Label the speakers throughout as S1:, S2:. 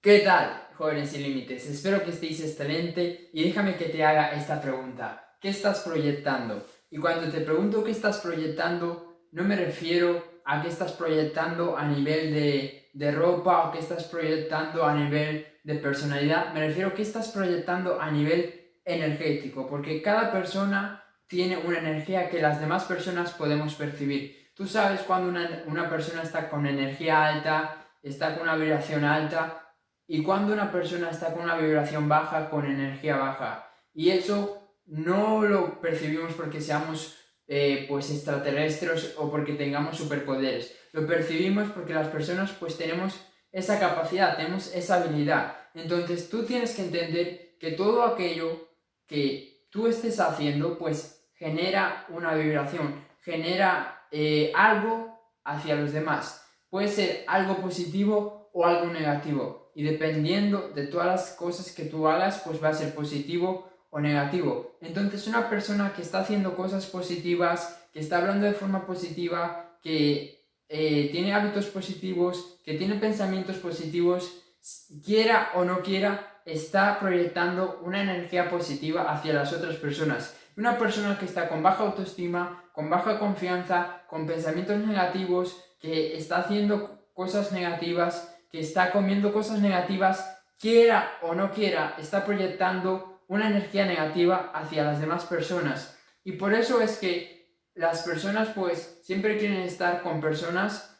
S1: ¿Qué tal, jóvenes sin límites? Espero que estéis excelente y déjame que te haga esta pregunta. ¿Qué estás proyectando? Y cuando te pregunto qué estás proyectando, no me refiero a qué estás proyectando a nivel de ropa o qué estás proyectando a nivel de personalidad. Me refiero a qué estás proyectando a nivel energético, porque cada persona tiene una energía que las demás personas podemos percibir. Tú sabes cuando una persona está con energía alta, está con una vibración alta, y cuando una persona está con una vibración baja, con energía baja. Y eso no lo percibimos porque seamos pues extraterrestres o porque tengamos superpoderes. Lo percibimos porque las personas pues tenemos esa capacidad, tenemos esa habilidad. Entonces tú tienes que entender que todo aquello que tú estés haciendo pues genera una vibración, genera algo hacia los demás. Puede ser algo positivo o algo negativo. Y dependiendo de todas las cosas que tú hagas, pues va a ser positivo o negativo. Entonces una persona que está haciendo cosas positivas, que está hablando de forma positiva, que tiene hábitos positivos, que tiene pensamientos positivos, quiera o no quiera, está proyectando una energía positiva hacia las otras personas. Una persona que está con baja autoestima, con baja confianza, con pensamientos negativos, que está haciendo cosas negativas, que está comiendo cosas negativas, quiera o no quiera, está proyectando una energía negativa hacia las demás personas. Y por eso es que las personas pues siempre quieren estar con personas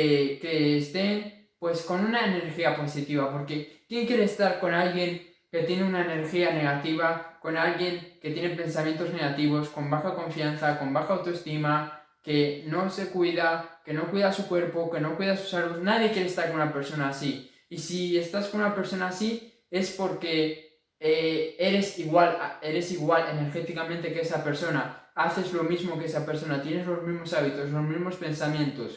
S1: que estén pues con una energía positiva, porque ¿quién quiere estar con alguien que tiene una energía negativa, con alguien que tiene pensamientos negativos, con baja confianza, con baja autoestima, que no se cuida, que no cuida su cuerpo, que no cuida su salud? Nadie quiere estar con una persona así. Y si estás con una persona así es porque eres igual energéticamente que esa persona, haces lo mismo que esa persona, tienes los mismos hábitos, los mismos pensamientos.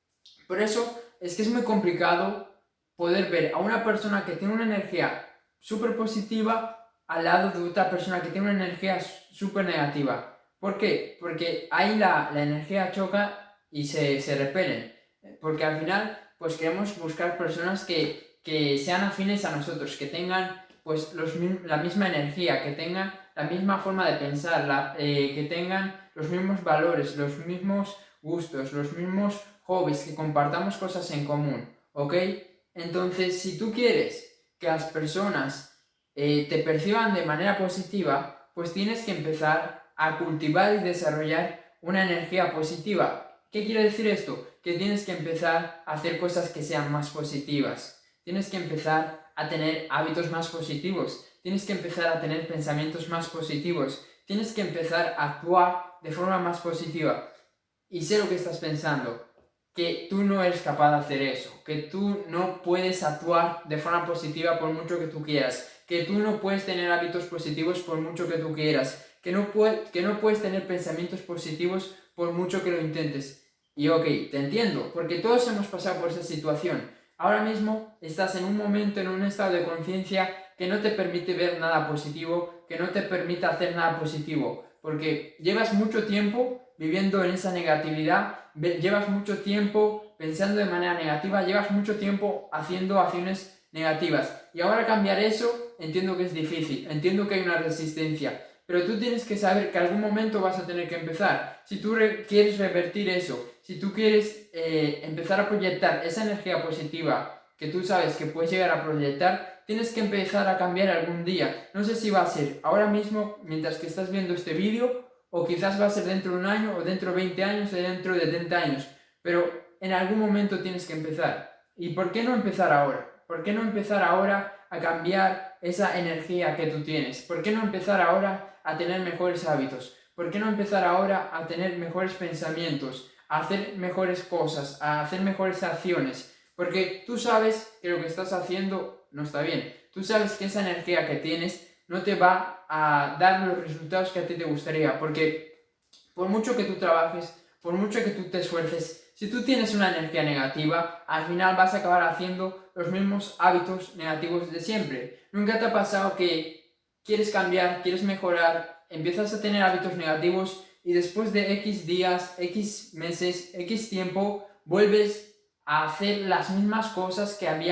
S1: Por eso es que es muy complicado poder ver a una persona que tiene una energía súper positiva al lado de otra persona que tiene una energía súper negativa. ¿Por qué? Porque ahí la energía choca y se repelen. Porque al final pues queremos buscar personas que sean afines a nosotros, que tengan pues la misma energía, que tengan la misma forma de pensar, que tengan los mismos valores, los mismos gustos, los mismos hobbies, que compartamos cosas en común, ¿ok? Entonces, si tú quieres que las personas te perciban de manera positiva, pues tienes que empezar a cultivar y desarrollar una energía positiva. ¿Qué quiere decir esto? Que tienes que empezar a hacer cosas que sean más positivas. Tienes que empezar a tener hábitos más positivos. Tienes que empezar a tener pensamientos más positivos. Tienes que empezar a actuar de forma más positiva. Y sé lo que estás pensando, que tú no eres capaz de hacer eso, que tú no puedes actuar de forma positiva por mucho que tú quieras, que tú no puedes tener hábitos positivos por mucho que tú quieras, que no puedes tener pensamientos positivos por mucho que lo intentes. Y ok, te entiendo, porque todos hemos pasado por esa situación. Ahora mismo estás en un momento, en un estado de conciencia que no te permite ver nada positivo, que no te permite hacer nada positivo, porque llevas mucho tiempo viviendo en esa negatividad, llevas mucho tiempo pensando de manera negativa, llevas mucho tiempo haciendo acciones negativas. Y ahora cambiar eso, entiendo que es difícil, entiendo que hay una resistencia, pero tú tienes que saber que algún momento vas a tener que empezar. Si tú quieres revertir eso, si tú quieres empezar a proyectar esa energía positiva que tú sabes que puedes llegar a proyectar, tienes que empezar a cambiar algún día. No sé si va a ser ahora mismo, mientras que estás viendo este vídeo, o quizás va a ser dentro de un año, o dentro de 20 años, o dentro de 30 años. Pero en algún momento tienes que empezar. ¿Y por qué no empezar ahora? ¿Por qué no empezar ahora a cambiar esa energía que tú tienes? ¿Por qué no empezar ahora a tener mejores hábitos? ¿Por qué no empezar ahora a tener mejores pensamientos? A hacer mejores cosas, a hacer mejores acciones? Porque tú sabes que lo que estás haciendo no está bien. Tú sabes que esa energía que tienes no te va a dar los resultados que a ti te gustaría, porque por mucho que tú trabajes, por mucho que tú te esfuerces, si tú tienes una energía negativa, al final vas a acabar haciendo los mismos hábitos negativos de siempre. ¿Nunca te ha pasado que quieres cambiar, quieres mejorar, empiezas a tener hábitos negativos y después de X días, X meses, X tiempo, vuelves a hacer las mismas cosas que habías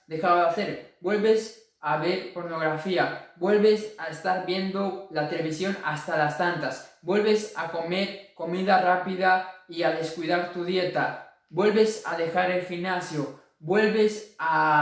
S1: dejado de hacer. Vuelves a ver pornografía, vuelves a estar viendo la televisión hasta las tantas, vuelves a comer comida rápida y a descuidar tu dieta, vuelves a dejar el gimnasio, vuelves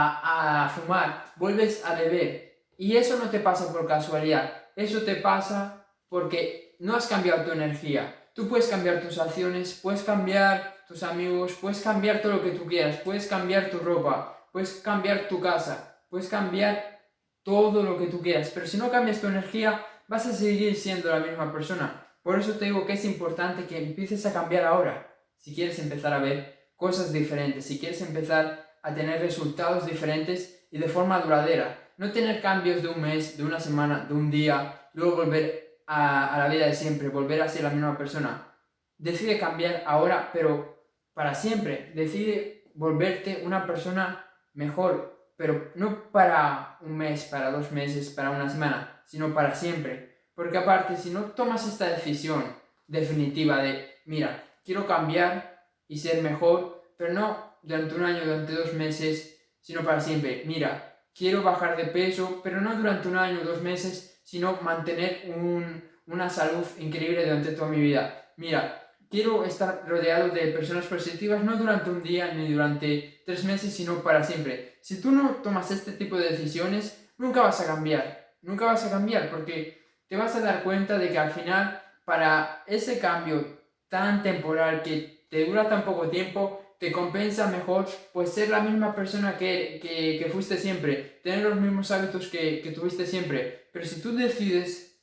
S1: a fumar, vuelves a beber. Y eso no te pasa por casualidad, eso te pasa porque no has cambiado tu energía. Tú puedes cambiar tus acciones, puedes cambiar tus amigos, puedes cambiar todo lo que tú quieras, puedes cambiar tu ropa, puedes cambiar tu casa, puedes cambiar todo lo que tú quieras, pero si no cambias tu energía, vas a seguir siendo la misma persona. Por eso te digo que es importante que empieces a cambiar ahora, si quieres empezar a ver cosas diferentes, si quieres empezar a tener resultados diferentes y de forma duradera. No tener cambios de un mes, de una semana, de un día, luego volver a la vida de siempre, volver a ser la misma persona. Decide cambiar ahora, pero para siempre. Decide volverte una persona mejor, pero no para un mes, para 2 meses, para una semana, sino para siempre. Porque aparte, si no tomas esta decisión definitiva de, mira, quiero cambiar y ser mejor, pero no durante un año, durante 2 meses, sino para siempre. Mira, quiero bajar de peso, pero no durante un año, 2 meses, sino mantener una salud increíble durante toda mi vida. Mira, quiero estar rodeado de personas positivas no durante un día ni durante 3 meses, sino para siempre. Si tú no tomas este tipo de decisiones, nunca vas a cambiar. Nunca vas a cambiar porque te vas a dar cuenta de que al final, para ese cambio tan temporal que te dura tan poco tiempo, te compensa mejor pues ser la misma persona que fuiste siempre, tener los mismos hábitos que tuviste siempre. Pero si tú decides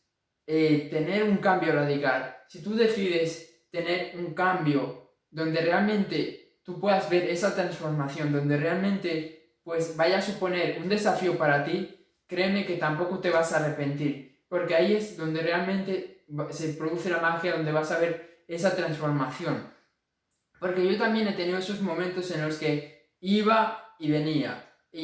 S1: tener un cambio radical, si tú decides tener un cambio donde realmente tú puedas ver esa transformación, donde realmente pues vaya a suponer un desafío para ti, créeme que tampoco te vas a arrepentir, porque ahí es donde realmente se produce la magia, donde vas a ver esa transformación. Porque yo también he tenido esos momentos en los que iba y venía.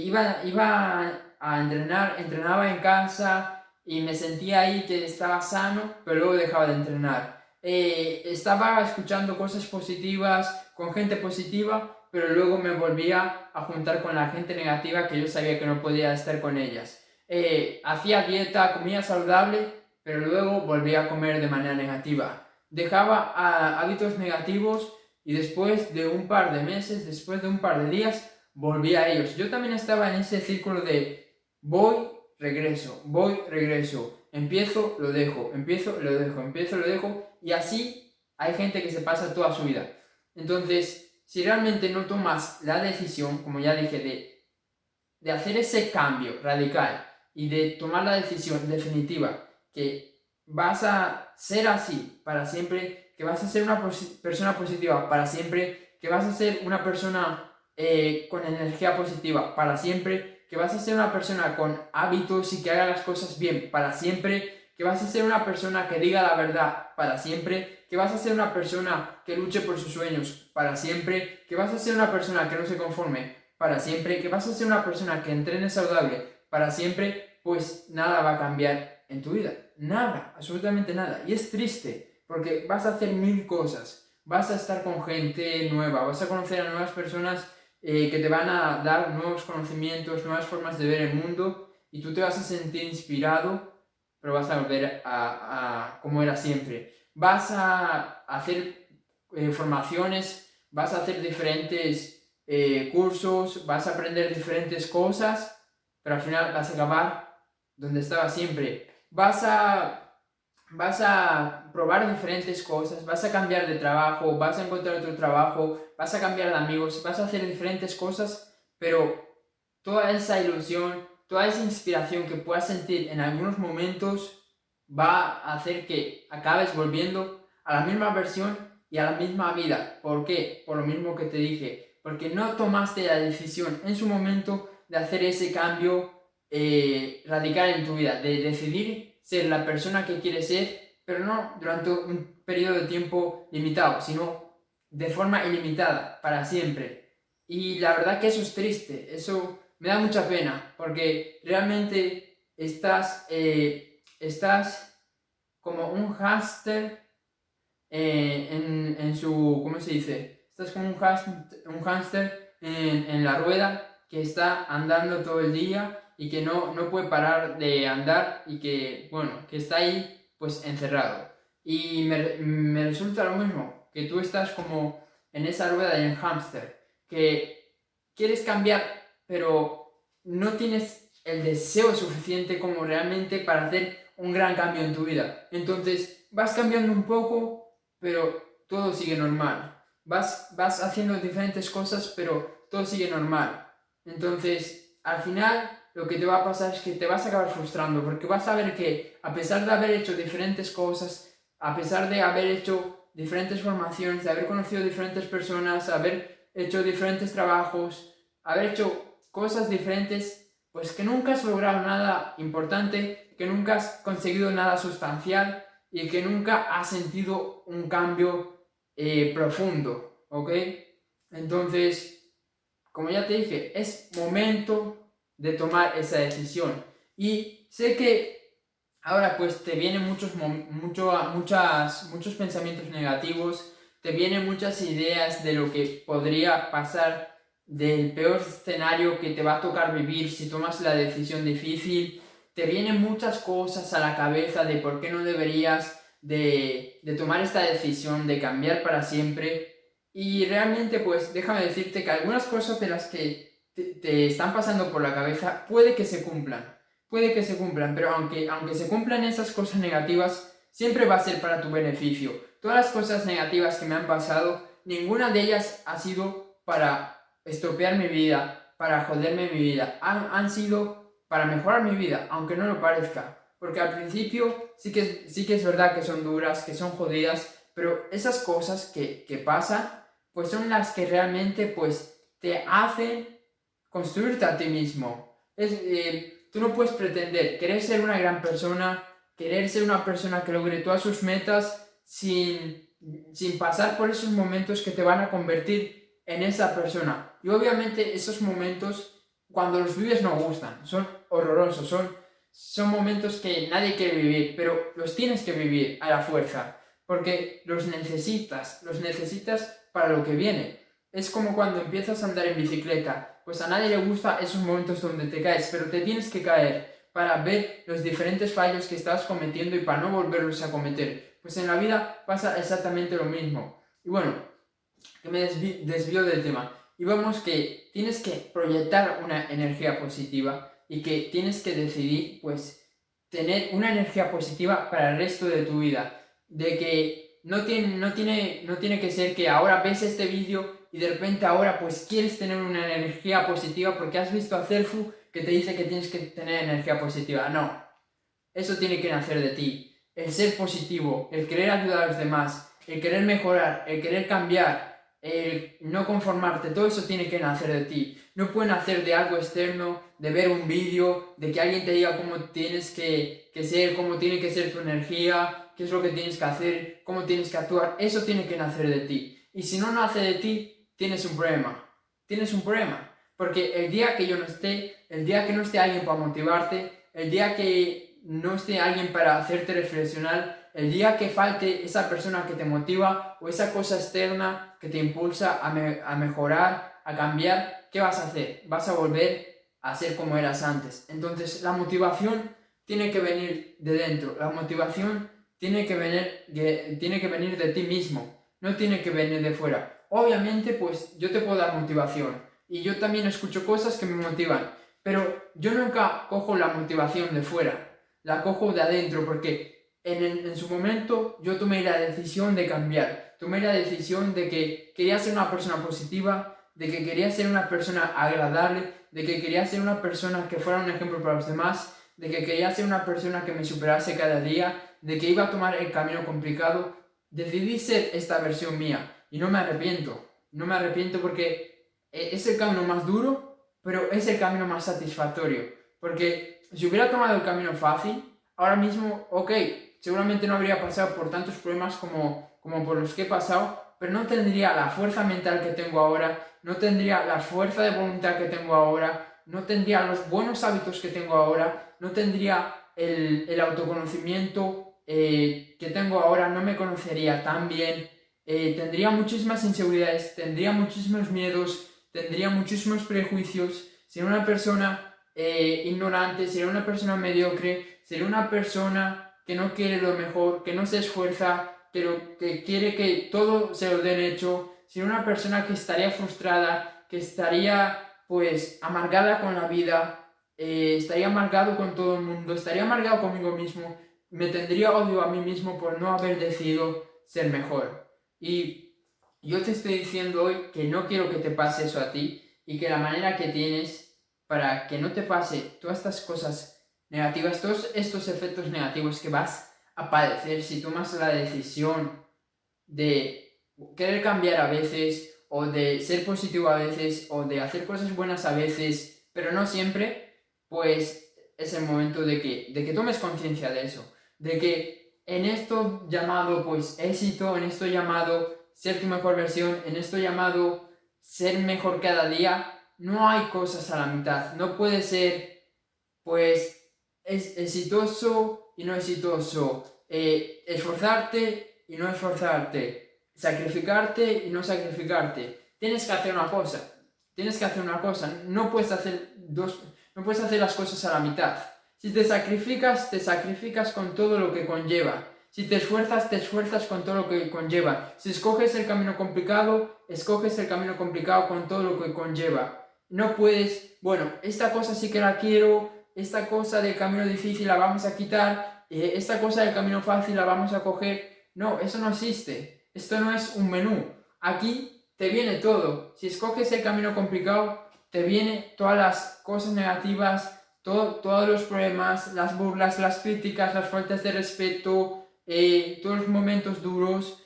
S1: Iba a entrenar, entrenaba en casa y me sentía ahí que estaba sano, pero luego dejaba de entrenar. Estaba escuchando cosas positivas, con gente positiva, pero luego me volvía a juntar con la gente negativa que yo sabía que no podía estar con ellas. Hacía dieta, comía saludable, pero luego volvía a comer de manera negativa. Dejaba hábitos negativos y después de un par de meses, después de un par de días, volví a ellos. Yo también estaba en ese círculo de voy, regreso, empiezo, lo dejo, empiezo, lo dejo, empiezo, lo dejo, y así hay gente que se pasa toda su vida. Entonces, si realmente no tomas la decisión, como ya dije, de hacer ese cambio radical y de tomar la decisión definitiva que vas a ser así para siempre, que vas a ser una persona positiva para siempre, que vas a ser una persona con energía positiva para siempre, que vas a ser una persona con hábitos y que haga las cosas bien para siempre, que vas a ser una persona que diga la verdad para siempre, que vas a ser una persona que luche por sus sueños para siempre, que vas a ser una persona que no se conforme para siempre, que vas a ser una persona que entrene saludable para siempre, pues nada va a cambiar en tu vida. Nada, absolutamente nada. Y es triste, porque vas a hacer 1000 cosas, vas a estar con gente nueva, vas a conocer a nuevas personas que te van a dar nuevos conocimientos, nuevas formas de ver el mundo, y tú te vas a sentir inspirado, pero vas a volver a como era siempre. Vas a hacer formaciones, vas a hacer diferentes cursos, vas a aprender diferentes cosas, pero al final vas a acabar donde estaba siempre. Vas a probar diferentes cosas, vas a cambiar de trabajo, vas a encontrar otro trabajo, vas a cambiar de amigos, vas a hacer diferentes cosas, pero toda esa ilusión, toda esa inspiración que puedas sentir en algunos momentos va a hacer que acabes volviendo a la misma versión y a la misma vida. ¿Por qué? Por lo mismo que te dije, porque no tomaste la decisión en su momento de hacer ese cambio radical en tu vida, de decidir ser la persona que quieres ser, pero no durante un periodo de tiempo limitado, sino de forma ilimitada, para siempre. Y la verdad que eso es triste, eso me da mucha pena, porque realmente estás como un hámster en su, ¿cómo se dice? Estás como un hámster en la rueda que está andando todo el día y que no puede parar de andar y que, bueno, que está ahí pues encerrado. Y me resulta lo mismo, que tú estás como en esa rueda del hámster, que quieres cambiar, pero no tienes el deseo suficiente como realmente para hacer un gran cambio en tu vida. Entonces vas cambiando un poco, pero todo sigue normal. Vas haciendo diferentes cosas, pero todo sigue normal. Entonces, al final, lo que te va a pasar es que te vas a acabar frustrando, porque vas a ver que, a pesar de haber hecho diferentes cosas, a pesar de haber hecho diferentes formaciones, de haber conocido diferentes personas, haber hecho diferentes trabajos, haber hecho cosas diferentes, pues que nunca has logrado nada importante, que nunca has conseguido nada sustancial y que nunca has sentido un cambio profundo, ¿ok? Entonces, como ya te dije, es momento de tomar esa decisión. Y sé que ahora pues te vienen muchos pensamientos negativos, te vienen muchas ideas de lo que podría pasar, del peor escenario que te va a tocar vivir si tomas la decisión difícil. Te vienen muchas cosas a la cabeza de por qué no deberías de tomar esta decisión, de cambiar para siempre. Y realmente, pues, déjame decirte que algunas cosas de las que te están pasando por la cabeza puede que se cumplan, pero aunque se cumplan esas cosas negativas, siempre va a ser para tu beneficio. Todas las cosas negativas que me han pasado, ninguna de ellas ha sido para estropear mi vida, para joderme mi vida. Han sido para mejorar mi vida, aunque no lo parezca. Porque al principio sí que es verdad que son duras, que son jodidas, pero esas cosas que pasan, pues son las que realmente pues te hacen construirte a ti mismo. Tú no puedes pretender querer ser una gran persona, querer ser una persona que logre todas sus metas sin pasar por esos momentos que te van a convertir en esa persona. Y obviamente esos momentos, cuando los vives, no gustan, son horrorosos, son momentos que nadie quiere vivir, pero los tienes que vivir a la fuerza, porque los necesitas para lo que viene. Es como cuando empiezas a andar en bicicleta, pues a nadie le gusta esos momentos donde te caes, pero te tienes que caer para ver los diferentes fallos que estás cometiendo y para no volverlos a cometer. Pues en la vida pasa exactamente lo mismo. Y bueno, que me desvío del tema. Y vemos que tienes que proyectar una energía positiva y que tienes que decidir, pues, tener una energía positiva para el resto de tu vida. De que no tiene que ser que ahora ves este vídeo y de repente ahora pues quieres tener una energía positiva porque has visto a Celfu que te dice que tienes que tener energía positiva. No, eso tiene que nacer de ti. El ser positivo, el querer ayudar a los demás, el querer mejorar, el querer cambiar, el no conformarte, todo eso tiene que nacer de ti. No puede nacer de algo externo, de ver un vídeo, de que alguien te diga cómo tienes que ser, cómo tiene que ser tu energía, qué es lo que tienes que hacer, cómo tienes que actuar. Eso tiene que nacer de ti. Y si no nace de ti, tienes un problema. Tienes un problema. Porque el día que yo no esté, el día que no esté alguien para motivarte, el día que no esté alguien para hacerte reflexionar, el día que falte esa persona que te motiva o esa cosa externa que te impulsa a mejorar, a cambiar, ¿qué vas a hacer? Vas a volver a ser como eras antes. Entonces la motivación tiene que venir de dentro, la motivación tiene que venir de ti mismo, no tiene que venir de fuera. Obviamente pues yo te puedo dar motivación y yo también escucho cosas que me motivan, pero yo nunca cojo la motivación de fuera, la cojo de adentro porque en su momento yo tomé la decisión de cambiar, tomé la decisión de que quería ser una persona positiva, de que quería ser una persona agradable, de que quería ser una persona que fuera un ejemplo para los demás, de que quería ser una persona que me superase cada día, de que iba a tomar el camino complicado. Decidí ser esta versión mía y no me arrepiento porque es el camino más duro, pero es el camino más satisfactorio, porque si hubiera tomado el camino fácil, ahora mismo, ok, seguramente no habría pasado por tantos problemas como por los que he pasado, pero no tendría la fuerza mental que tengo ahora, no tendría la fuerza de voluntad que tengo ahora, no tendría los buenos hábitos que tengo ahora, no tendría el autoconocimiento que tengo ahora, no me conocería tan bien, tendría muchísimas inseguridades, tendría muchísimos miedos, tendría muchísimos prejuicios, seré una persona ignorante, seré una persona mediocre, seré una persona que no quiere lo mejor, que no se esfuerza, que quiere que todo se lo den hecho, seré una persona que estaría frustrada, que estaría pues amargada con la vida, estaría amargado con todo el mundo, estaría amargado conmigo mismo, me tendría odio a mí mismo por no haber decidido ser mejor. Y yo te estoy diciendo hoy que no quiero que te pase eso a ti y que la manera que tienes para que no te pase todas estas cosas negativas, todos estos efectos negativos que vas a padecer si tomas la decisión de querer cambiar a veces o de ser positivo a veces o de hacer cosas buenas a veces, pero no siempre, pues es el momento de que tomes conciencia de eso, de que en esto llamado pues éxito, en esto llamado ser tu mejor versión, en esto llamado ser mejor cada día, no hay cosas a la mitad, no puede ser pues es exitoso y no exitoso, esforzarte y no esforzarte, sacrificarte y no sacrificarte. Tienes que hacer una cosa, no puedes hacer no puedes hacer las cosas a la mitad. Si te sacrificas con todo lo que conlleva. Si te esfuerzas con todo lo que conlleva. Si escoges el camino complicado, escoges el camino complicado con todo lo que conlleva. No puedes, bueno, esta cosa sí que la quiero, esta cosa del camino difícil la vamos a quitar, esta cosa del camino fácil la vamos a coger. No, eso no existe. Esto no es un menú. Aquí te viene todo. Si escoges el camino complicado, te vienen todas las cosas negativas, todos los problemas, las burlas, las críticas, las faltas de respeto, todos los momentos duros,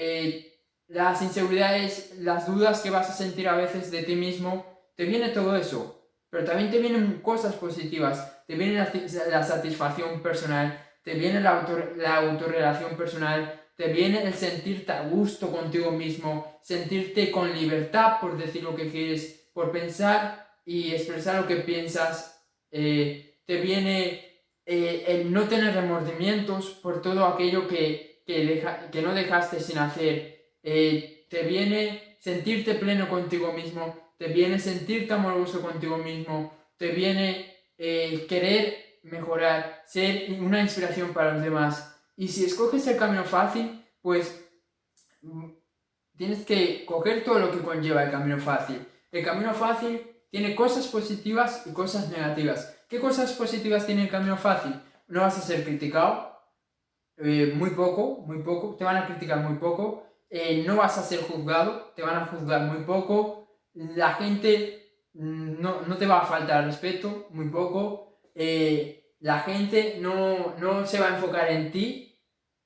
S1: las inseguridades, las dudas que vas a sentir a veces de ti mismo, te viene todo eso. Pero también te vienen cosas positivas, te viene la satisfacción personal, te viene la autorrelación personal, te viene el sentirte a gusto contigo mismo, sentirte con libertad por decir lo que quieres, por pensar y expresar lo que piensas, te viene el no tener remordimientos por todo aquello que no dejaste sin hacer, te viene sentirte pleno contigo mismo, te viene sentirte amoroso contigo mismo, te viene querer mejorar, ser una inspiración para los demás. Y si escoges el camino fácil, pues tienes que coger todo lo que conlleva el camino fácil. El camino fácil tiene cosas positivas y cosas negativas. ¿Qué cosas positivas tiene el camino fácil? No vas a ser criticado, muy poco, te van a criticar muy poco, no vas a ser juzgado, te van a juzgar muy poco, la gente no te va a faltar respeto, muy poco, la gente no se va a enfocar en ti,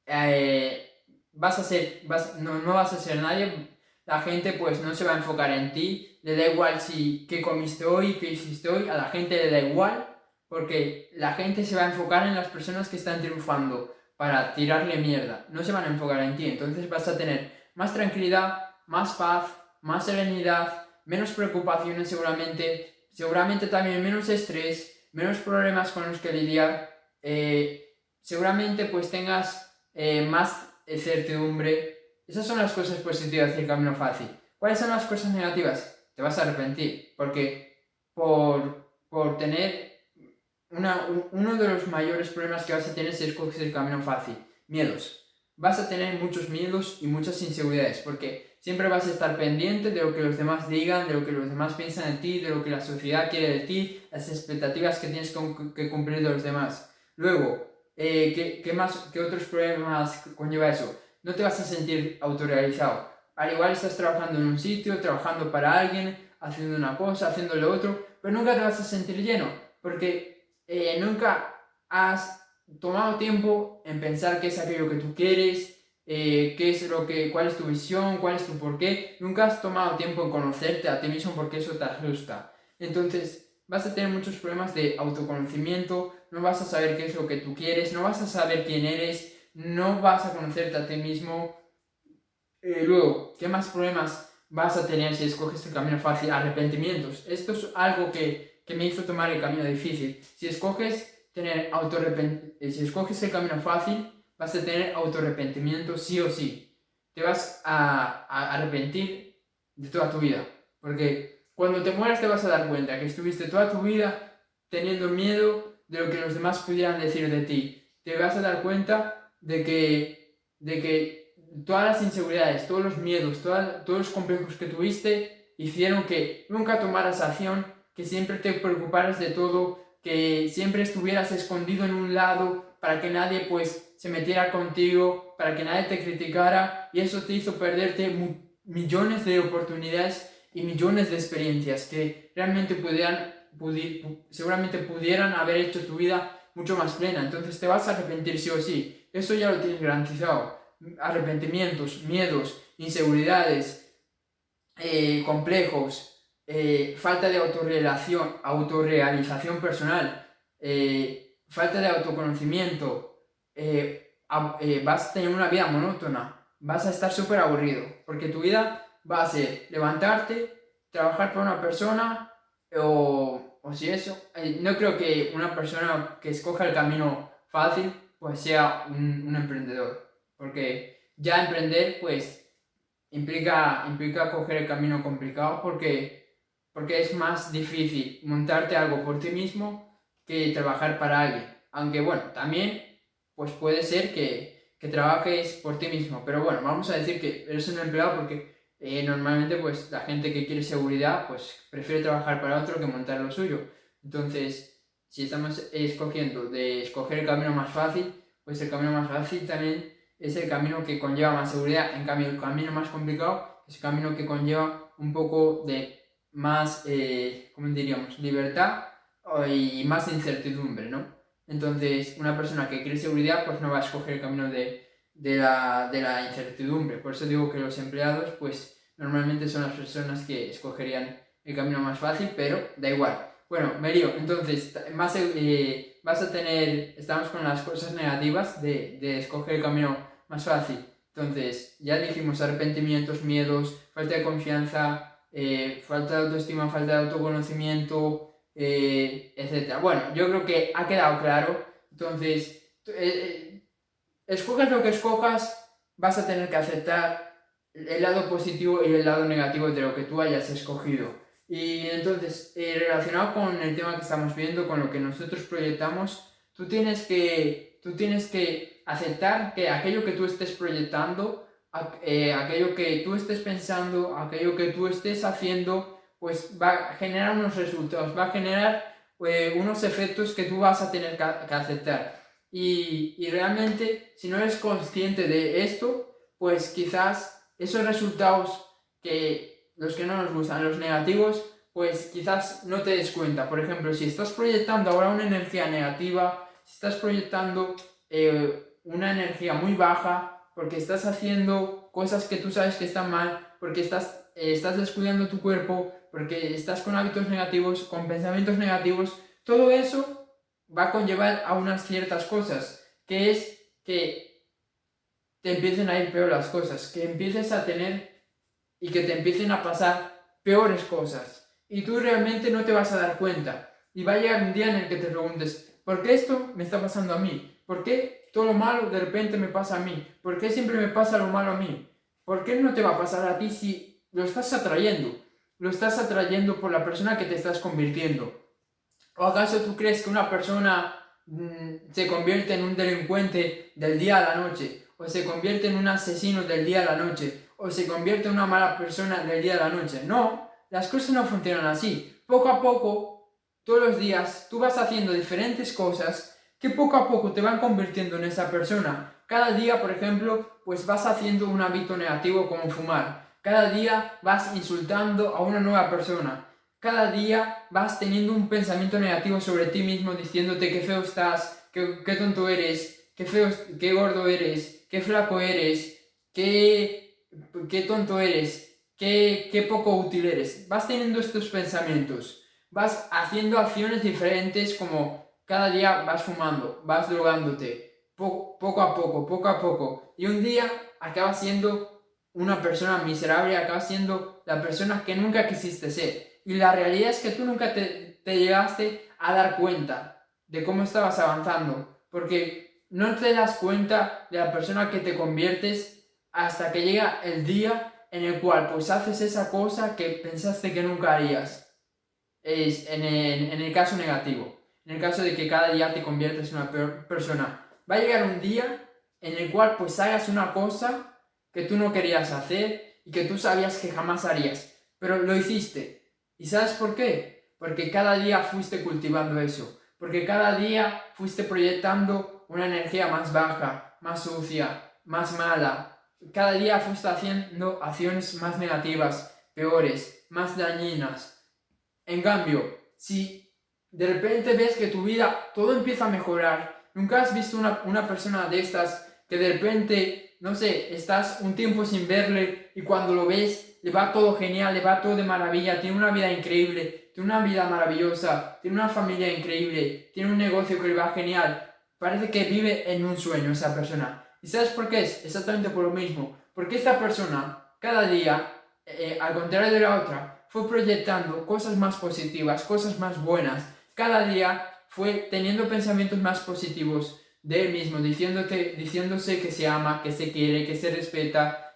S1: no vas a ser nadie, la gente pues no se va a enfocar en ti, le da igual qué comiste hoy, qué hiciste hoy, a la gente le da igual, porque la gente se va a enfocar en las personas que están triunfando para tirarle mierda, no se van a enfocar en ti, entonces vas a tener más tranquilidad, más paz, más serenidad, menos preocupaciones seguramente también menos estrés, menos problemas con los que lidiar, seguramente pues tengas más certidumbre. Esas son las cosas positivas del camino fácil. ¿Cuáles son las cosas negativas? Te vas a arrepentir, porque por tener uno de los mayores problemas que vas a tener si escoges el camino fácil, miedos. Vas a tener muchos miedos y muchas inseguridades, porque siempre vas a estar pendiente de lo que los demás digan, de lo que los demás piensan de ti, de lo que la sociedad quiere de ti, las expectativas que tienes que cumplir de los demás. Luego, ¿qué otros problemas conlleva eso? No te vas a sentir autorrealizado. Al igual estás trabajando en un sitio, trabajando para alguien, haciendo una cosa, haciendo lo otro, pero nunca te vas a sentir lleno, porque nunca has tomado tiempo en pensar qué es aquello que tú quieres, cuál es tu visión, cuál es tu porqué. Nunca has tomado tiempo en conocerte a ti mismo porque eso te asusta. Entonces vas a tener muchos problemas de autoconocimiento, no vas a saber qué es lo que tú quieres, no vas a saber quién eres, no vas a conocerte a ti mismo. Luego, ¿qué más problemas vas a tener si escoges el camino fácil? Arrepentimientos. Esto es algo que me hizo tomar el camino difícil. Si escoges el camino fácil, vas a tener autorrepentimiento sí o sí. Te vas a arrepentir de toda tu vida. Porque Cuando te mueras te vas a dar cuenta que estuviste toda tu vida teniendo miedo de lo que los demás pudieran decir de ti. Te vas a dar cuenta de que todas las inseguridades, todos los miedos, todos los complejos que tuviste hicieron que nunca tomaras acción, que siempre te preocuparas de todo, que siempre estuvieras escondido en un lado para que nadie pues se metiera contigo, para que nadie te criticara, y eso te hizo perderte millones de oportunidades y millones de experiencias que realmente seguramente pudieran haber hecho tu vida mucho más plena. Entonces te vas a arrepentir sí o sí, eso ya lo tienes garantizado. Arrepentimientos, miedos, inseguridades, complejos, falta de autorrealización personal, falta de autoconocimiento, vas a tener una vida monótona, vas a estar súper aburrido, porque tu vida va a ser levantarte, trabajar para una persona, o si eso, no creo que una persona que escoja el camino fácil pues sea un emprendedor, porque ya emprender pues implica coger el camino complicado, porque es más difícil montarte algo por ti mismo que trabajar para alguien. Aunque bueno, también pues puede ser que trabajes por ti mismo. Pero bueno, vamos a decir que eres un empleado porque normalmente pues la gente que quiere seguridad pues prefiere trabajar para otro que montar lo suyo. Entonces, si estamos escogiendo de escoger el camino más fácil, pues el camino más fácil también es el camino que conlleva más seguridad. En cambio, el camino más complicado es el camino que conlleva un poco de más, ¿cómo diríamos?, libertad y más incertidumbre, ¿no? Entonces, una persona que quiere seguridad, pues no va a escoger el camino de la incertidumbre. Por eso digo que los empleados, pues normalmente son las personas que escogerían el camino más fácil, pero da igual. Bueno, me lío. Entonces, vas a tener, estamos con las cosas negativas de escoger el camino más fácil. Entonces, ya dijimos arrepentimientos, miedos, falta de confianza, falta de autoestima, falta de autoconocimiento, etc. Bueno, yo creo que ha quedado claro. Entonces, escojas lo que escojas, vas a tener que aceptar el lado positivo y el lado negativo de lo que tú hayas escogido. Y entonces, relacionado con el tema que estamos viendo, con lo que nosotros proyectamos, tú tienes que aceptar que aquello que tú estés proyectando, aquello que tú estés pensando, aquello que tú estés haciendo, pues va a generar unos resultados, va a generar unos efectos que tú vas a tener que aceptar. Y realmente, si no eres consciente de esto, pues quizás esos resultados los que no nos gustan, los negativos, pues quizás no te des cuenta. Por ejemplo, si estás proyectando ahora una energía negativa, si estás proyectando una energía muy baja, porque estás haciendo cosas que tú sabes que están mal, porque estás descuidando tu cuerpo, porque estás con hábitos negativos, con pensamientos negativos, todo eso va a conllevar a unas ciertas cosas, que es que te empiecen a ir peor las cosas, que empieces a tener y que te empiecen a pasar peores cosas. Y tú realmente no te vas a dar cuenta. Y va a llegar un día en el que te preguntes, ¿por qué esto me está pasando a mí? ¿Por qué todo lo malo de repente me pasa a mí? ¿Por qué siempre me pasa lo malo a mí? ¿Por qué no te va a pasar a ti si lo estás atrayendo? Lo estás atrayendo por la persona que te estás convirtiendo. ¿O acaso tú crees que una persona se convierte en un delincuente del día a la noche? ¿O se convierte en un asesino del día a la noche? ¿O se convierte en una mala persona del día a la noche? No, las cosas no funcionan así. Poco a poco, todos los días, tú vas haciendo diferentes cosas que poco a poco te van convirtiendo en esa persona. Cada día, por ejemplo, pues vas haciendo un hábito negativo como fumar. Cada día vas insultando a una nueva persona. Cada día vas teniendo un pensamiento negativo sobre ti mismo, diciéndote qué feo estás, qué tonto eres, qué feo, qué gordo eres, qué flaco eres, qué tonto eres, qué poco útil eres. Vas teniendo estos pensamientos, vas haciendo acciones diferentes, como cada día vas fumando, vas drogándote, poco a poco, y un día acabas siendo una persona miserable, acabas siendo la persona que nunca quisiste ser. Y la realidad es que tú nunca te llegaste a dar cuenta de cómo estabas avanzando, porque no te das cuenta de la persona que te conviertes hasta que llega el día en el cual pues haces esa cosa que pensaste que nunca harías. Es en el caso negativo, en el caso de que cada día te conviertes en una peor persona. Va a llegar un día en el cual pues hagas una cosa que tú no querías hacer y que tú sabías que jamás harías, pero lo hiciste. ¿Y sabes por qué? Porque cada día fuiste cultivando eso, porque cada día fuiste proyectando una energía más baja, más sucia, más mala. Cada día fuiste haciendo acciones más negativas, peores, más dañinas. En cambio, si de repente ves que tu vida todo empieza a mejorar, nunca has visto una persona de estas que de repente, no sé, estás un tiempo sin verle y cuando lo ves le va todo genial, le va todo de maravilla, tiene una vida increíble, tiene una vida maravillosa, tiene una familia increíble, tiene un negocio que le va genial. Parece que vive en un sueño esa persona. ¿Y sabes por qué es? Exactamente por lo mismo. Porque esta persona, cada día, al contrario de la otra, fue proyectando cosas más positivas, cosas más buenas. Cada día fue teniendo pensamientos más positivos de él mismo, diciéndose que se ama, que se quiere, que se respeta,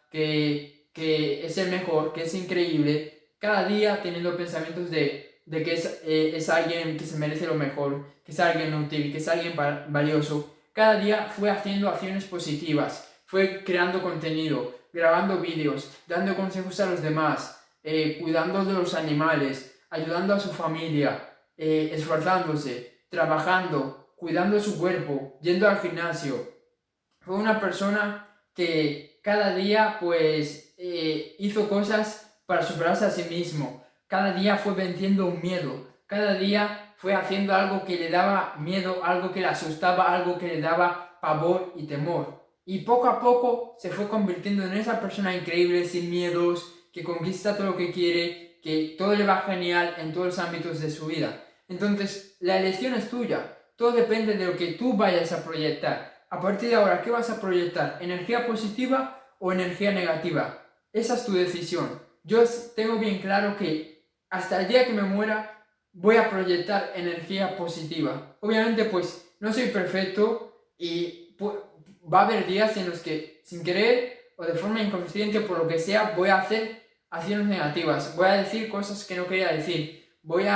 S1: que es el mejor, que es increíble. Cada día teniendo pensamientos de que es alguien que se merece lo mejor, que es alguien útil, que es alguien valioso. Cada día fue haciendo acciones positivas, fue creando contenido, grabando vídeos, dando consejos a los demás, cuidando de los animales, ayudando a su familia, esforzándose, trabajando, cuidando su cuerpo, yendo al gimnasio. Fue una persona que cada día pues hizo cosas para superarse a sí mismo. Cada día fue venciendo un miedo. Cada día fue haciendo algo que le daba miedo, algo que le asustaba, algo que le daba pavor y temor. Y poco a poco se fue convirtiendo en esa persona increíble, sin miedos, que conquista todo lo que quiere, que todo le va genial en todos los ámbitos de su vida. Entonces, la elección es tuya. Todo depende de lo que tú vayas a proyectar. A partir de ahora, ¿qué vas a proyectar? ¿Energía positiva o energía negativa? Esa es tu decisión. Yo tengo bien claro que hasta el día que me muera voy a proyectar energía positiva. Obviamente, pues no soy perfecto y va a haber días en los que sin querer o de forma inconsciente, por lo que sea, voy a hacer acciones negativas. Voy a decir cosas que no quería decir. Voy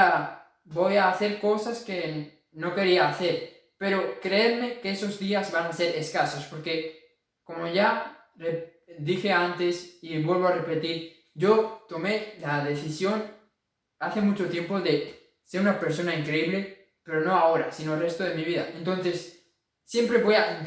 S1: a hacer cosas que no quería hacer. Pero creedme que esos días van a ser escasos, porque como ya dije antes y vuelvo a repetir, yo tomé la decisión hace mucho tiempo de ser una persona increíble, pero no ahora, sino el resto de mi vida. Entonces, siempre voy a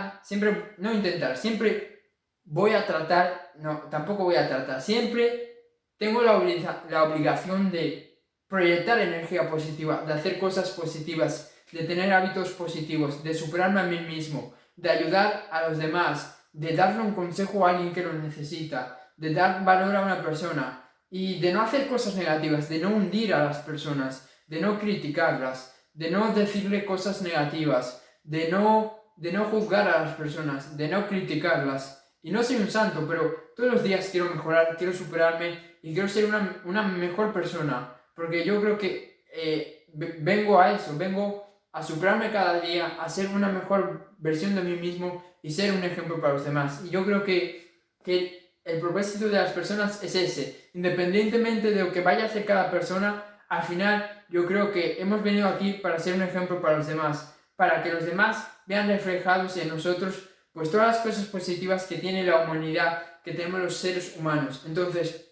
S1: siempre voy a tratar, no, tampoco voy a tratar, siempre tengo la obligación de proyectar energía positiva, de hacer cosas positivas, de tener hábitos positivos, de superarme a mí mismo, de ayudar a los demás, de darle un consejo a alguien que lo necesita, de dar valor a una persona y de no hacer cosas negativas, de no hundir a las personas, de no criticarlas, de no decirle cosas negativas, de no juzgar a las personas, de no criticarlas. Y no soy un santo, pero todos los días quiero mejorar, quiero superarme y quiero ser una mejor persona, porque yo creo que vengo a eso, vengo a superarme cada día, a ser una mejor versión de mí mismo y ser un ejemplo para los demás. Y yo creo que el propósito de las personas es ese. Independientemente de lo que vaya a hacer cada persona, al final yo creo que hemos venido aquí para ser un ejemplo para los demás, para que los demás vean reflejados en nosotros pues todas las cosas positivas que tiene la humanidad, que tenemos los seres humanos. Entonces,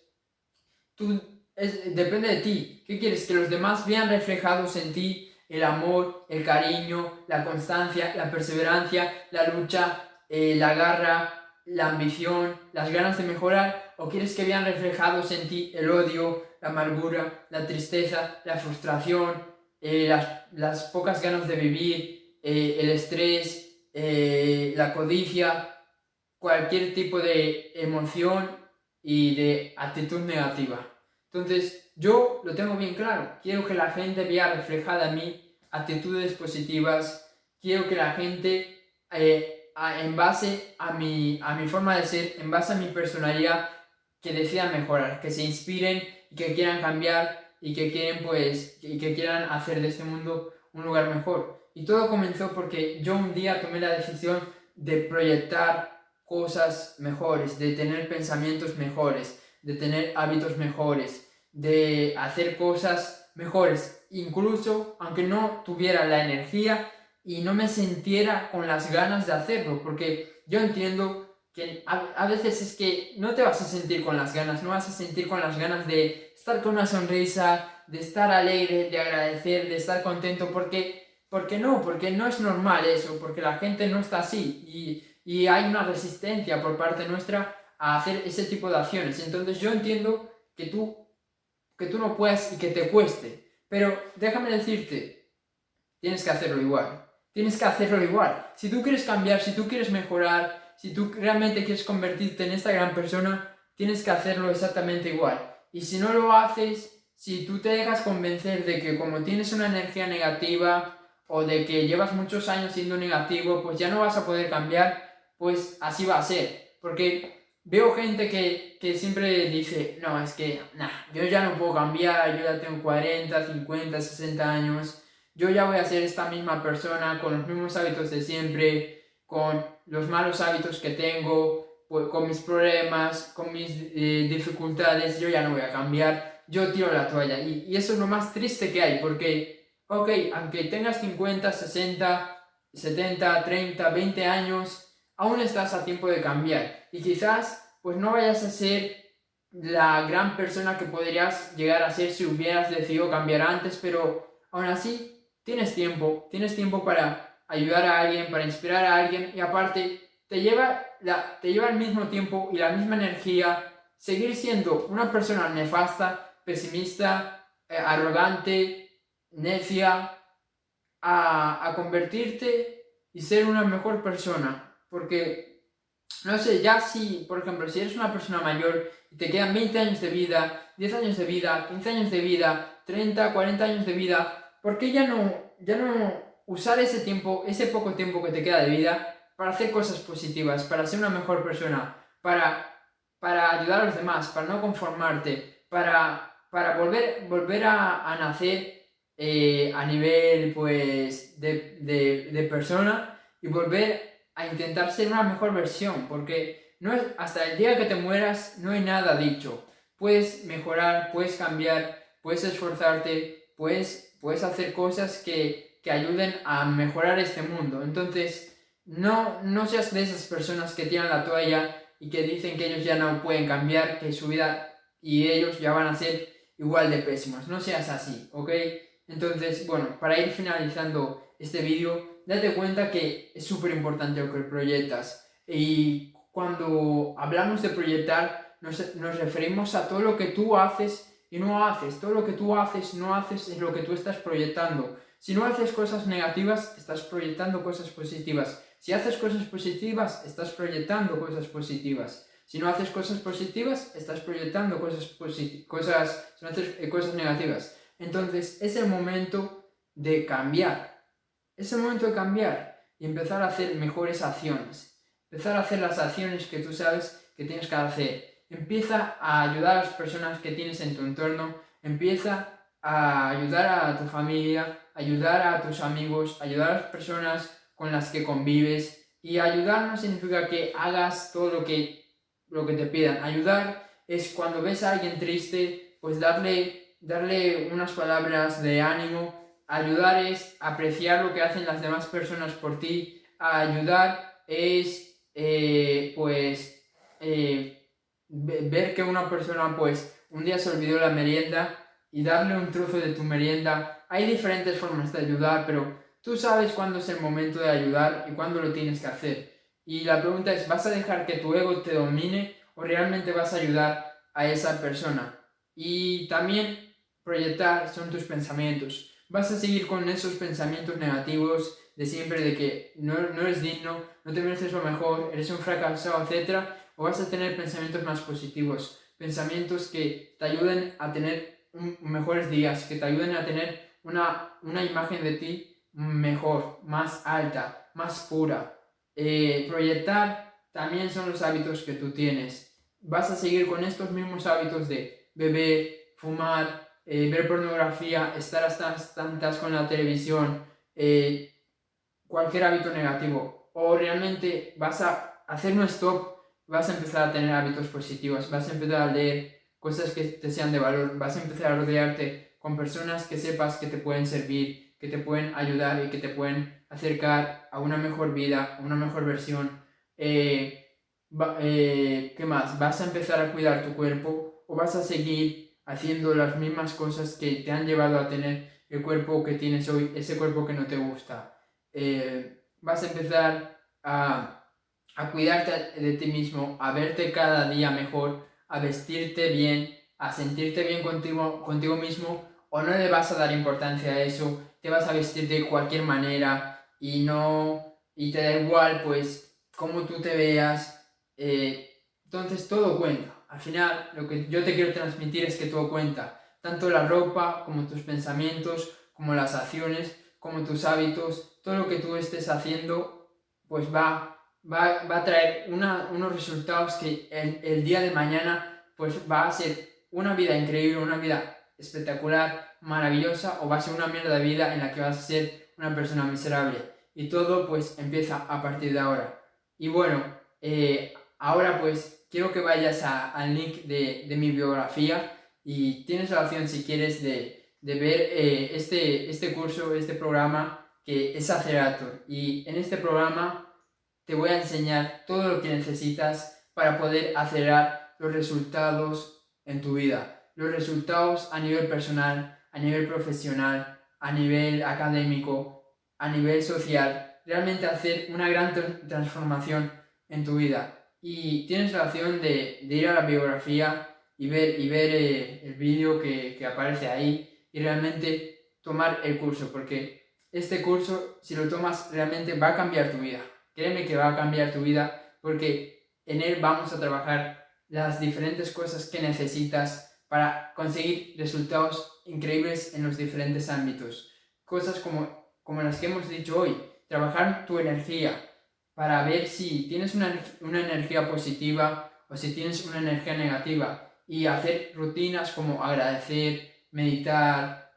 S1: depende de ti. ¿Qué quieres? Que los demás vean reflejados en ti el amor, el cariño, la constancia, la perseverancia, la lucha, la garra, la ambición, las ganas de mejorar, o quieres que vean reflejados en ti el odio, la amargura, la tristeza, la frustración, las pocas ganas de vivir, el estrés, la codicia, cualquier tipo de emoción y de actitud negativa. Entonces, yo lo tengo bien claro. Quiero que la gente vea reflejada en mí actitudes positivas. Quiero que la gente, en base a mi forma de ser, en base a mi personalidad, que decidan mejorar, que se inspiren y que quieran cambiar y que quieran hacer de este mundo un lugar mejor. Y todo comenzó porque yo un día tomé la decisión de proyectar cosas mejores, de tener pensamientos mejores, de tener hábitos mejores, de hacer cosas mejores, incluso aunque no tuviera la energía y no me sintiera con las ganas de hacerlo, porque yo entiendo que a veces es que no te vas a sentir con las ganas, no vas a sentir con las ganas de estar con una sonrisa, de estar alegre, de agradecer, de estar contento, porque no es normal eso, porque la gente no está así y hay una resistencia por parte nuestra a hacer ese tipo de acciones. Entonces yo entiendo que tú no puedas y que te cueste, pero déjame decirte, tienes que hacerlo igual. Tienes que hacerlo igual. Si tú quieres cambiar, si tú quieres mejorar, si tú realmente quieres convertirte en esta gran persona, tienes que hacerlo exactamente igual. Y si no lo haces, si tú te dejas convencer de que como tienes una energía negativa o de que llevas muchos años siendo negativo, pues ya no vas a poder cambiar, pues así va a ser. Porque veo gente que siempre dice, no, es que, yo ya no puedo cambiar, yo ya tengo 40, 50, 60 años, yo ya voy a ser esta misma persona con los mismos hábitos de siempre, con los malos hábitos que tengo, pues, con mis problemas, con mis dificultades, yo ya no voy a cambiar, yo tiro la toalla. Y eso es lo más triste que hay, porque, ok, aunque tengas 50, 60, 70, 30, 20 años, aún estás a tiempo de cambiar. Y quizás, pues no vayas a ser la gran persona que podrías llegar a ser si hubieras decidido cambiar antes, pero aún así tienes tiempo para ayudar a alguien, para inspirar a alguien y aparte te lleva el mismo tiempo y la misma energía seguir siendo una persona nefasta, pesimista, arrogante, necia, a convertirte y ser una mejor persona. Porque, no sé, ya si, por ejemplo, si eres una persona mayor y te quedan 20 años de vida, 10 años de vida, 15 años de vida, 30, 40 años de vida, ¿por qué ya no usar ese tiempo, ese poco tiempo que te queda de vida para hacer cosas positivas, para ser una mejor persona, para ayudar a los demás, para no conformarte, para volver a nacer a nivel pues de persona y volver a intentar ser una mejor versión, porque no es, hasta el día que te mueras no hay nada dicho. Puedes mejorar, puedes cambiar, puedes esforzarte, puedes hacer cosas que ayuden a mejorar este mundo. Entonces, no seas de esas personas que tiran la toalla y que dicen que ellos ya no pueden cambiar, que su vida y ellos ya van a ser igual de pésimos. No seas así, ¿ok? Entonces, bueno, para ir finalizando este vídeo, date cuenta que es súper importante lo que proyectas. Y cuando hablamos de proyectar, nos referimos a todo lo que tú haces y no haces. Todo lo que tú haces, no haces es lo que tú estás proyectando. Si no haces cosas negativas, estás proyectando cosas positivas. Si haces cosas positivas, estás proyectando cosas positivas. Si no haces cosas positivas, estás proyectando cosas negativas. Entonces, es el momento de cambiar. Es el momento de cambiar y empezar a hacer mejores acciones. Empezar a hacer las acciones que tú sabes que tienes que hacer. Empieza a ayudar a las personas que tienes en tu entorno. Empieza a ayudar a tu familia, ayudar a tus amigos, ayudar a las personas con las que convives. Y ayudar no significa que hagas todo lo que te pidan. Ayudar es cuando ves a alguien triste, pues darle unas palabras de ánimo. Ayudar es apreciar lo que hacen las demás personas por ti. Ayudar es ver que una persona pues un día se olvidó la merienda y darle un trozo de tu merienda. Hay diferentes formas de ayudar, pero tú sabes cuándo es el momento de ayudar y cuándo lo tienes que hacer. Y la pregunta es, ¿vas a dejar que tu ego te domine o realmente vas a ayudar a esa persona? Y también proyectar son tus pensamientos. Vas a seguir con esos pensamientos negativos de siempre de que no eres digno, no te mereces lo mejor, eres un fracasado, etc. O vas a tener pensamientos más positivos, pensamientos que te ayuden a tener mejores días, que te ayuden a tener una imagen de ti mejor, más alta, más pura. Proyectar también son los hábitos que tú tienes. Vas a seguir con estos mismos hábitos de beber, fumar, ver pornografía, estar hasta tantas con la televisión, cualquier hábito negativo. O realmente vas a hacer un stop, vas a empezar a tener hábitos positivos, vas a empezar a leer cosas que te sean de valor, vas a empezar a rodearte con personas que sepas que te pueden servir, que te pueden ayudar y que te pueden acercar a una mejor vida, a una mejor versión. ¿Qué más? ¿Vas a empezar a cuidar tu cuerpo o vas a seguir haciendo las mismas cosas que te han llevado a tener el cuerpo que tienes hoy, ese cuerpo que no te gusta? Vas a empezar a cuidarte de ti mismo, a verte cada día mejor, a vestirte bien, a sentirte bien contigo mismo, o no le vas a dar importancia a eso, te vas a vestir de cualquier manera y te da igual pues cómo tú te veas. Entonces todo cuenta. Al final lo que yo te quiero transmitir es que todo cuenta, tanto la ropa como tus pensamientos, como las acciones, como tus hábitos, todo lo que tú estés haciendo pues va a traer unos resultados que el día de mañana pues va a ser una vida increíble, una vida espectacular, maravillosa, o va a ser una mierda de vida en la que vas a ser una persona miserable. Y todo pues empieza a partir de ahora. Y bueno, ahora pues quiero que vayas al link de mi biografía y tienes la opción si quieres de ver este curso, este programa que es Accelerator. Y en este programa te voy a enseñar todo lo que necesitas para poder acelerar los resultados en tu vida. Los resultados a nivel personal, a nivel profesional, a nivel académico, a nivel social. Realmente hacer una gran transformación en tu vida. Y tienes la opción de ir a la biografía y ver el vídeo que aparece ahí y realmente tomar el curso, porque este curso, si lo tomas, realmente va a cambiar tu vida. Créeme que va a cambiar tu vida porque en él vamos a trabajar las diferentes cosas que necesitas para conseguir resultados increíbles en los diferentes ámbitos. Cosas como las que hemos dicho hoy. Trabajar tu energía para ver si tienes una energía positiva o si tienes una energía negativa. Y hacer rutinas como agradecer, meditar,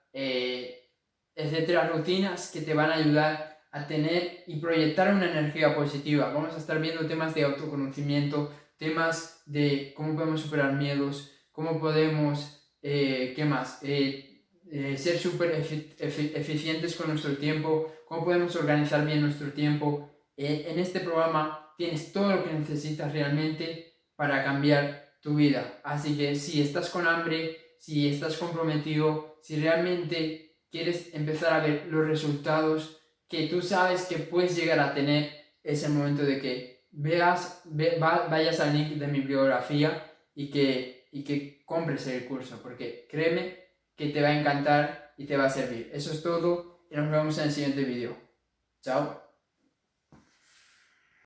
S1: etcétera. Rutinas que te van a ayudar a tener y proyectar una energía positiva. Vamos a estar viendo temas de autoconocimiento, temas de cómo podemos superar miedos, cómo podemos, ¿qué más? Ser súper eficientes con nuestro tiempo, cómo podemos organizar bien nuestro tiempo. En este programa tienes todo lo que necesitas realmente para cambiar tu vida. Así que si estás con hambre, si estás comprometido, si realmente quieres empezar a ver los resultados que tú sabes que puedes llegar a tener, es el momento de que vayas al link de mi biografía y que compres el curso, porque créeme que te va a encantar y te va a servir. Eso es todo y nos vemos en el siguiente vídeo. Chao.